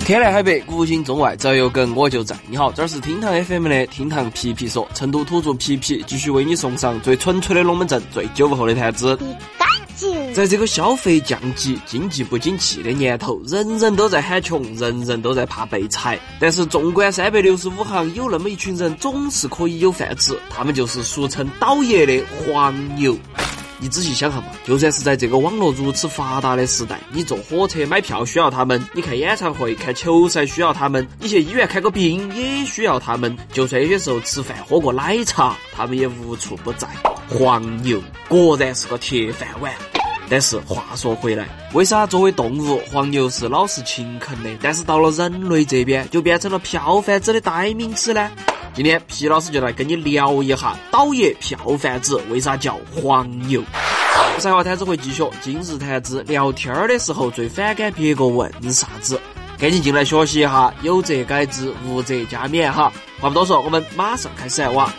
天南海北，古今中外，只要有梗我就在。你好，这是厅堂 FM 的厅堂皮皮说，成都土著皮皮继续为你送上最纯粹的龙门阵，最95后的谈资。在这个消费降级、经济不景气的年头，人人都在喊穷，人人都在怕被裁。但是纵观365行，有那么一群人总是可以有饭吃，他们就是俗称倒爷的黄牛。你仔细想下嘛，就算是在这个网络如此发达的时代，你坐火车买票需要他们，你看演唱会、看球赛需要他们，你去医院看个病也需要他们，就算有些时候吃饭喝个奶茶，他们也无处不在。黄牛果然是个铁饭碗。但是话说回来，为啥作为动物，黄牛是老实勤恳的，但是到了人类这边就变成了票贩子的代名词呢？今天皮老师就来跟你聊一下倒爷票贩子为啥叫黄牛。赛话谈资会继续，今日谈资聊天的时候最反感别个问啥子，赶紧进来学习一下，有则改之，无则加勉哈。话不多说，我们马上开始哇。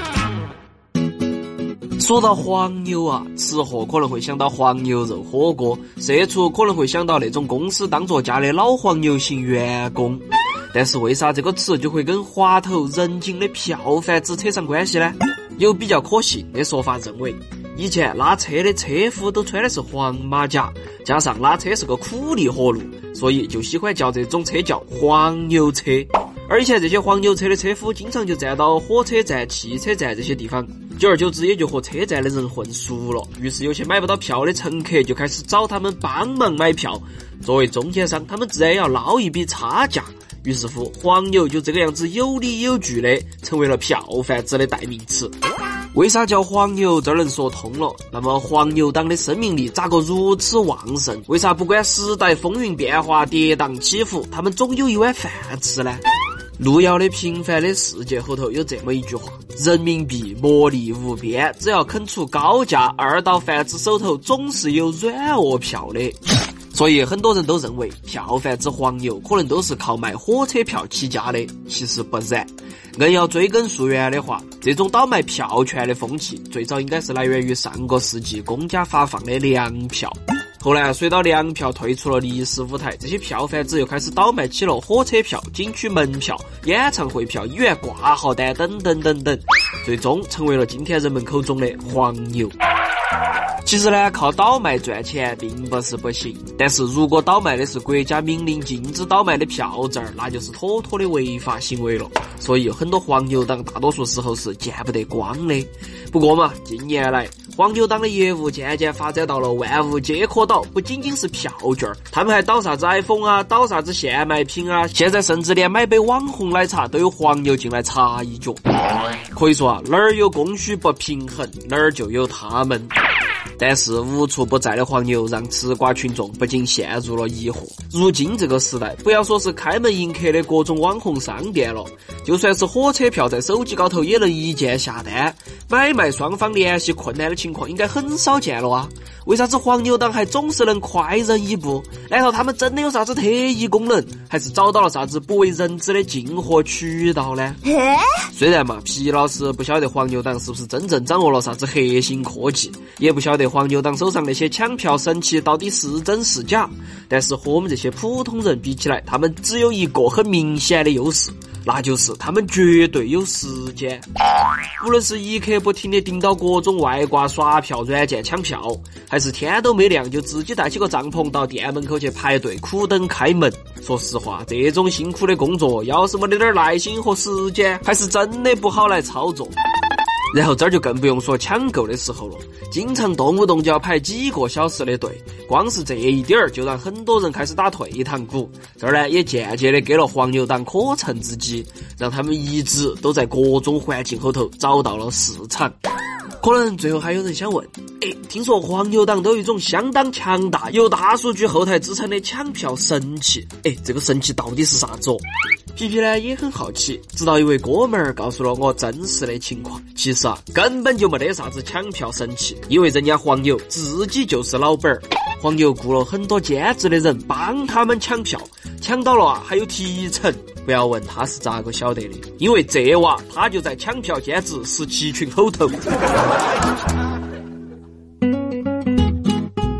说到黄牛啊，吃货可能会想到黄牛肉火锅，社畜可能会想到那种公司当作家的老黄牛型员工。但是为啥这个词就会跟滑头人精的票贩子扯上关系呢？有比较可信的说法认为，以前拉车的车夫都穿的是黄马甲，加上拉车是个苦力活路，所以就喜欢叫这种车叫黄牛车。而以前这些黄牛车的车夫经常就站到火车站、汽车站这些地方，久而久之也就和车站的人混熟了，于是有些买不到票的乘客就开始找他们帮忙买票。作为中间商，他们自然要捞一笔差价，于是乎黄牛就这个样子有理有据的成为了票贩子的代名词。为啥叫黄牛？这儿能说通了。那么黄牛党的生命力咋个如此旺盛？为啥不管时代风云变化、跌宕起伏，他们总有一碗饭吃呢？路遥的《平凡的世界》后头有这么一句话：人民币魔力无边，只要肯出高价，二道贩子手头总是有软卧票的。所以很多人都认为票贩子黄牛可能都是靠卖火车票起家的，其实不然。硬要追根溯源的话，这种倒卖票权的风气最早应该是来源于上个世纪公家发放的粮票。后来随到粮票退出了历史舞台，这些票贩子又开始倒卖起了火车票、景区门票、演唱会票、医院挂号单等等等等，最终成为了今天人们口中的黄牛。其实呢，靠倒卖赚钱并不是不行，但是如果倒卖的是国家明令禁止倒卖的票证，那就是妥妥的违法行为了。所以很多黄牛党大多数时候是见不得光的。不过嘛，近年来黄牛党的业务渐渐发展到了万物皆可倒，不仅仅是票券，他们还倒啥子 iPhone 啊，倒啥子现卖品啊，现在甚至连买杯网红奶茶都有黄牛进来插一脚。可以说啊，哪儿有供需不平衡，哪儿就有他们。但是无处不在的黄牛让吃瓜群众不禁陷入了疑惑。如今这个时代，不要说是开门迎客的各种网红商店了，就算是火车票在手机高头也能一键下单，买卖双方联系困难的情况应该很少见了啊。为啥子黄牛党还总是能快人一步？难道他们真的有啥子特异功能，还是找到了啥子不为人知的进货渠道呢？虽然嘛，皮老师不晓得黄牛党是不是真正掌握了啥子核心科技，也不晓得黄牛党手上那些抢票神器到底是真是假，但是和我们这些普通人比起来，他们只有一个很明显的优势，那就是他们绝对有时间。无论是一刻不停地盯到各种外挂刷票软件抢票，还是天都没亮就自己带起个帐篷到店门口去排队苦等开门，说实话，这种辛苦的工作要是没得点耐心和时间，还是真的不好来操作。然后这儿就更不用说抢购的时候了，经常动不动就要排几个小时的队，光是这一点儿就让很多人开始打退堂鼓。这儿呢也渐渐的给了黄牛党可乘之机，让他们一直都在各种环境后头找到了市场。可能最后还有人想问，听说黄牛党都有一种相当强大有大数据后台支撑的抢票神器，这个神器到底是啥子哦？皮皮呢也很好奇，直到一位哥们儿告诉了我真实的情况。其实啊，根本就没得啥子抢票神器，因为人家黄牛自己就是老板儿，黄牛雇了很多兼职的人帮他们抢票，抢到了啊还有提成。不要问他是咋个晓得的，因为这娃他就在抢票兼职17群后头。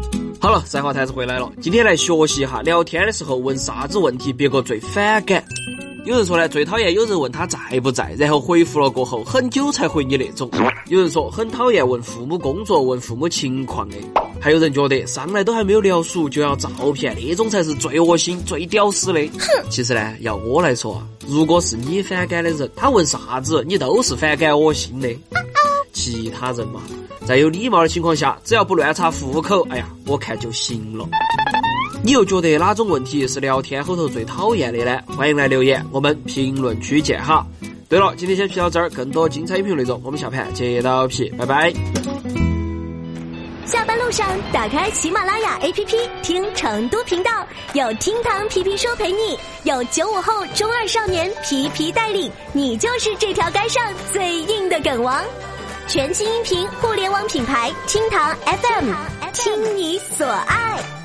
好了，赛话台子回来了，今天来学习一下聊天的时候问啥子问题别个最反感。有人说呢，最讨厌有人问他在不在，然后回复了过后很久才回你那种。有人说很讨厌问父母工作、问父母情况的。还有人觉得上来都还没有聊熟就要照片，那种才是最恶心、最屌丝的。其实呢，要我来说啊，如果是你反感的人，他问啥子你都是反感恶心的。其他人嘛，在有礼貌的情况下，只要不乱插户口，哎呀，我看就行了。你又觉得哪种问题是聊天后头最讨厌的呢？欢迎来留言，我们评论区见哈。对了，今天先皮到这儿，更多精彩音频内容我们下盘接到皮，拜拜。 下班路上打开喜马拉雅 APP 听成都频道，有厅堂皮皮说陪你，有95后中二少年皮皮带领，你就是这条街上最硬的梗王。全新音频互联网品牌厅堂 FM， 听你所爱。